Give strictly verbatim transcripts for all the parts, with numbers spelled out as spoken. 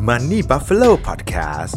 Money Buffalo Podcast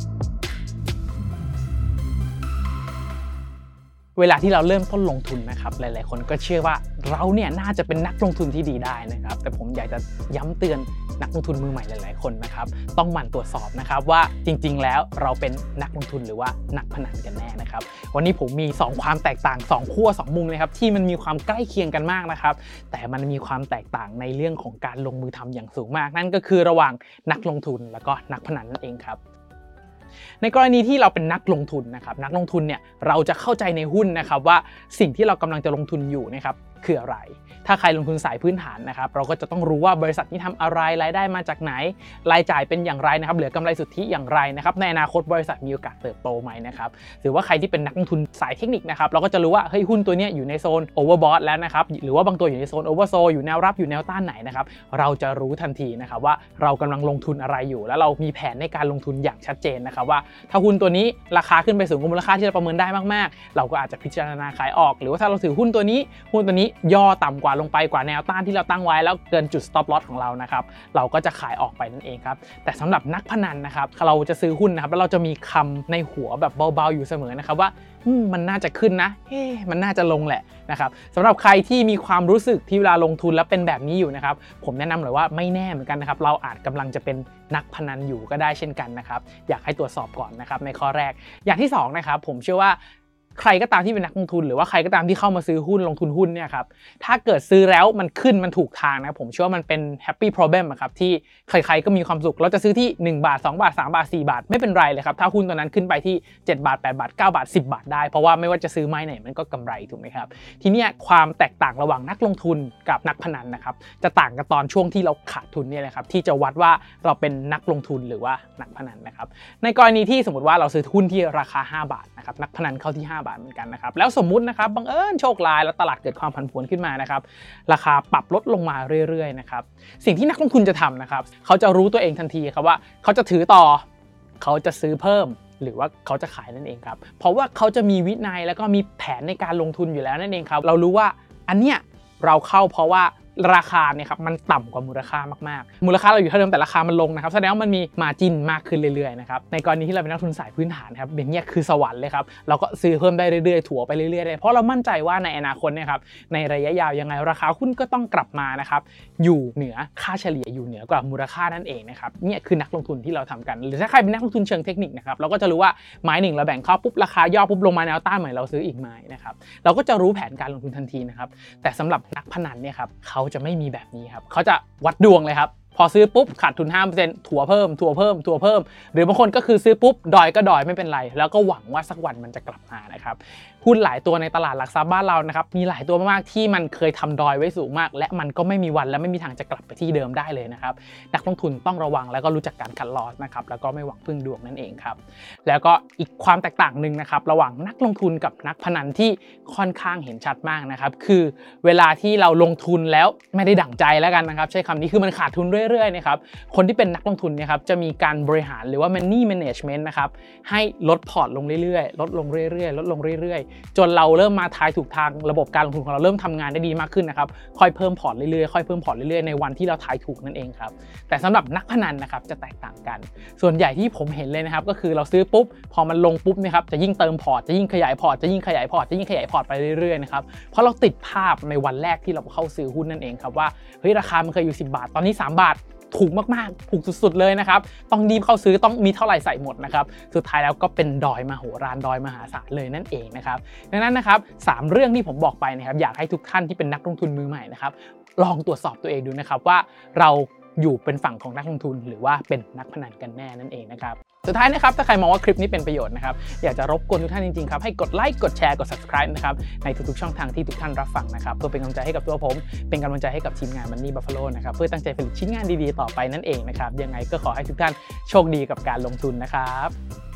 เวลาที่เราเริ่มต้นลงทุนนะครับหลายๆคนก็เชื่อว่าเราเนี่ยน่าจะเป็นนักลงทุนที่ดีได้นะครับแต่ผมอยากจะย้ำเตือนนักลงทุนมือใหม่หลายๆคนนะครับต้องหมั่นตรวจสอบนะครับว่าจริงๆแล้วเราเป็นนักลงทุนหรือว่านักพนันกันแน่นะครับวันนี้ผมมีสองความแตกต่างสองขั้วสองมุมเลยครับที่มันมีความใกล้เคียงกันมากนะครับแต่มันมีความแตกต่างในเรื่องของการลงมือทำอย่างสูงมากนั่นก็คือระหว่างนักลงทุนแล้วก็นักพนันนั่นเองครับในกรณีที่เราเป็นนักลงทุนนะครับนักลงทุนเนี่ยเราจะเข้าใจในหุ้นนะครับว่าสิ่งที่เรากำลังจะลงทุนอยู่นะครับคืออะไรถ้าใครลงทุนสายพื้นฐานนะครับเราก็จะต้องรู้ว่าบริษัทนี้ทำอะไรรายได้มาจากไหนรายจ่ายเป็นอย่างไรนะครับเหลือกำไรสุทธิอย่างไรนะครับในอนาคตบริษัทมีโอกาสเติบโตไหมนะครับหรือว่าใครที่เป็นนักลงทุนสายเทคนิคนะครับเราก็จะรู้ว่าเฮ้ยหุ้นตัวนี้อยู่ในโซนโอเวอร์บอทแล้วนะครับหรือว่าบางตัวอยู่ในโซนโอเวอร์โซอยู่แนวรับอยู่แนวต้านไหนนะครับเราจะรู้ทันทีนะครับว่าเรากำลังลงทุนอะไรอยู่แล้วเรามีแผนในการลงทุนอย่างชัดเจนนะครับว่าถ้าหุ้นตัวนี้ราคาขึ้นไปสูงกว่ามูลค่าที่เราประเมินได้มากๆเราก็อาจจะพิจารณาขายออกหรือว่าถ้าเราถือหุ้นตัวนี้หุ้นตัวนี้ย่อต่ำกว่าลงไปกว่าแนวต้านที่เราตั้งไว้แล้วเกินจุด stop loss ของเรานะครับเราก็จะขายออกไปนั่นเองครับแต่สำหรับนักพนันนะครับเราจะซื้อหุ้นนะครับแล้วเราจะมีคำในหัวแบบเบาๆอยู่เสมอนะครับว่ามันน่าจะขึ้นนะเฮ้มันน่าจะลงแหละนะครับสำหรับใครที่มีความรู้สึกที่เวลาลงทุนแล้วเป็นแบบนี้อยู่นะครับผมแนะนำเลยว่าไม่แน่เหมือนกันนะครับเราอาจกำลังจะเป็นนักพนันอยู่ก็ได้เช่นกันนะครับอยากให้ตรวจสอบก่อนนะครับในข้อแรกอย่างที่สองนะครับผมเชื่อว่าใครก็ตามที่เป็นนักลงทุนหรือว่าใครก็ตามที่เข้ามาซื้อหุ้นลงทุนหุ้นเนี่ยครับถ้าเกิดซื้อแล้วมันขึ้นมันถูกทางนะผมเชื่อว่ามันเป็น happy problem อะครับที่ใครๆก็มีความสุขเราจะซื้อที่หนึ่งบาทสองบาทสามบาทสี่บาทไม่เป็นไรเลยครับถ้าหุ้นตัวนั้นขึ้นไปที่เจ็ดบาทแปดบาทเก้าบาทสิบบาทได้เพราะว่าไม่ว่าจะซื้อไม้ไหนมันก็กำไรถูกไหมครับทีนี้ความแตกต่างระหว่างนักลงทุนกับนักพนันนะครับจะต่างกันตอนช่วงที่เราขาดทุนเนี่ยแหละครับที่จะวัดว่าเราเป็นนักลงทุนหรือว่านักพนันนะครับในกรณีที่สมมติว่าเราซื้อหุ้นที่ราคาห้าบาทนะครับนักพนันเข้าที่ห้าบาทเหมือนกันนะครับแล้วสมมุตินะครับบังเอิญโชคร้ายแล้วตลาดเกิดความผันผวนขึ้นมานะครับราคาปรับลดลงมาเรื่อยๆนะครับสิ่งที่นักลงทุนจะทำนะครับเขาจะรู้ตัวเองทันทีครับว่าเขาจะถือต่อเขาจะซื้อเพิ่มหรือว่าเขาจะขายนั่นเองครับเพราะว่าเขาจะมีวินัยแล้วก็มีแผนในการลงทุนอยู่แล้วนั่นเองครับเรารู้ว่าอันเนี้ยเราเข้าเพราะว่าราคาเนี่ยครับมันต่ำกว่ามูลค่ามากๆมูลค่าเราอยู่เท่าเดิมแต่ราคามันลงนะครับแสดงว่ามันมีมาร์จิ้นมากขึ้นเรื่อยๆนะครับในกรณีที่เราเป็นนักทุนสายพื้นฐานครับแบบนี้คือสวรรค์เลยครับเราก็ซื้อเพิ่มได้เรื่อยๆถัวไปเรื่อยๆเลยเพราะเรามั่นใจว่าในอนาคตเนี่ยครับในระยะยาวยังไงราคาหุ้นก็ต้องกลับมานะครับอยู่เหนือค่าเฉลี่ยอยู่เหนือกว่ามูลค่านั่นเองนะครับนี่คือนักลงทุนที่เราทำกันหรือถ้าใครเป็นนักลงทุนเชิงเทคนิคนะครับเราก็จะรู้ว่าไม้หนึ่งเราแบ่งเข้าปุ๊บราคาย่อปุ๊บลงมาแนวต้านใหม่เราซื้ออีกไม้นะครับเราก็จะรู้แผนการลงทุนทันทีนะครับแต่สำหรับนักพนันเนี่ยครับเขาจะไม่มีแบบนี้เขาจะวัดดวงเลยครับพอซื้อปุ๊บขาดทุน ห้าเปอร์เซ็นต์ ถัวเพิ่มถัวเพิ่มถัวเพิ่มหรือบางคนก็คือซื้อปุ๊บดอยก็ดอยไม่เป็นไรแล้วก็หวังว่าสักวันมันจะกลับมานะครับหุ้นหลายตัวในตลาดหลักทรัพย์บ้านเรานะครับมีหลายตัวมากๆที่มันเคยทำดอยไว้สูงมากและมันก็ไม่มีวันและไม่มีทางจะกลับไปที่เดิมได้เลยนะครับนักลงทุนต้องระวังแล้วก็รู้จักการคัดลอสนะครับแล้วก็ไม่หวังพึ่งดวงนั่นเองครับแล้วก็อีกความแตกต่างนึงนะครับระหว่างนักลงทุนกับนักพนันที่ค่อนข้างเห็นชัดมากนะครับคือเวลาที่เราลงทุนแล้วไม่ได้ดั่งใจแล้วกันนะครับใช้คำนี้คือมันขาดทุนเรื่อยๆนะครับคนที่เป็นนักลงทุนเนี่ยครับจะมีการบริหารหรือว่า money management นะครับให้ลดพอร์ตลงเรื่อยๆลดลงเรื่อยๆลดลงเรื่อยๆจนเราเริ่มมาทายถูกทางระบบการลงทุนของเราเริ่มทำงานได้ดีมากขึ้นนะครับค่อยเพิ่มพอร์ตเรื่อยๆค่อยเพิ่มพอร์ตเรื่อยๆในวันที่เราทายถูกนั่นเองครับแต่สำหรับนักพนันนะครับจะแตกต่างกันส่วนใหญ่ที่ผมเห็นเลยนะครับก็คือเราซื้อปุ๊บพอมันลงปุ๊บนะครับจะยิ่งเติมพอร์ตจะยิ่งขยายพอร์ตจะยิ่งขยายพอร์ตจะยิ่งขยายพอร์ตไปเรื่อยๆนะครับเพราะเราติดภาพในวันแรกที่เราเข้าซื้อหุ้นนั่นเองครับว่าเฮ้ยราคามันเคยอยู่สิบบาทตอนนี้สามบาทถูกมากๆถูกสุดๆเลยนะครับต้องรีบเข้าซื้อต้องมีเท่าไหร่ใส่หมดนะครับสุดท้ายแล้วก็เป็นดอยมโหฬารดอยมหาศาลเลยนั่นเองนะครับดังนั้นนะครับสามเรื่องที่ผมบอกไปนะครับอยากให้ทุกท่านที่เป็นนักลงทุนมือใหม่นะครับลองตรวจสอบตัวเองดูนะครับว่าเราอยู่เป็นฝั่งของนักลงทุนหรือว่าเป็นนักพนันกันแน่นั่นเองนะครับสุดท้ายนะครับถ้าใครมองว่าคลิปนี้เป็นประโยชน์นะครับอยากจะรบกวนทุกท่านจริงๆครับให้กดไลค์กดแชร์กด ซับสไครบ์ นะครับในทุกๆช่องทางที่ทุกท่านรับฟังนะครับเพื่อเป็นกำลังใจให้กับตัวผมเป็นกำลังใจให้กับทีมงาน Money Buffalo นะครับเพื่อตั้งใจผลิตชิ้นงานดีๆต่อไปนั่นเองนะครับยังไงก็ขอให้ทุกท่านโชคดีกับการลงทุนนะครับ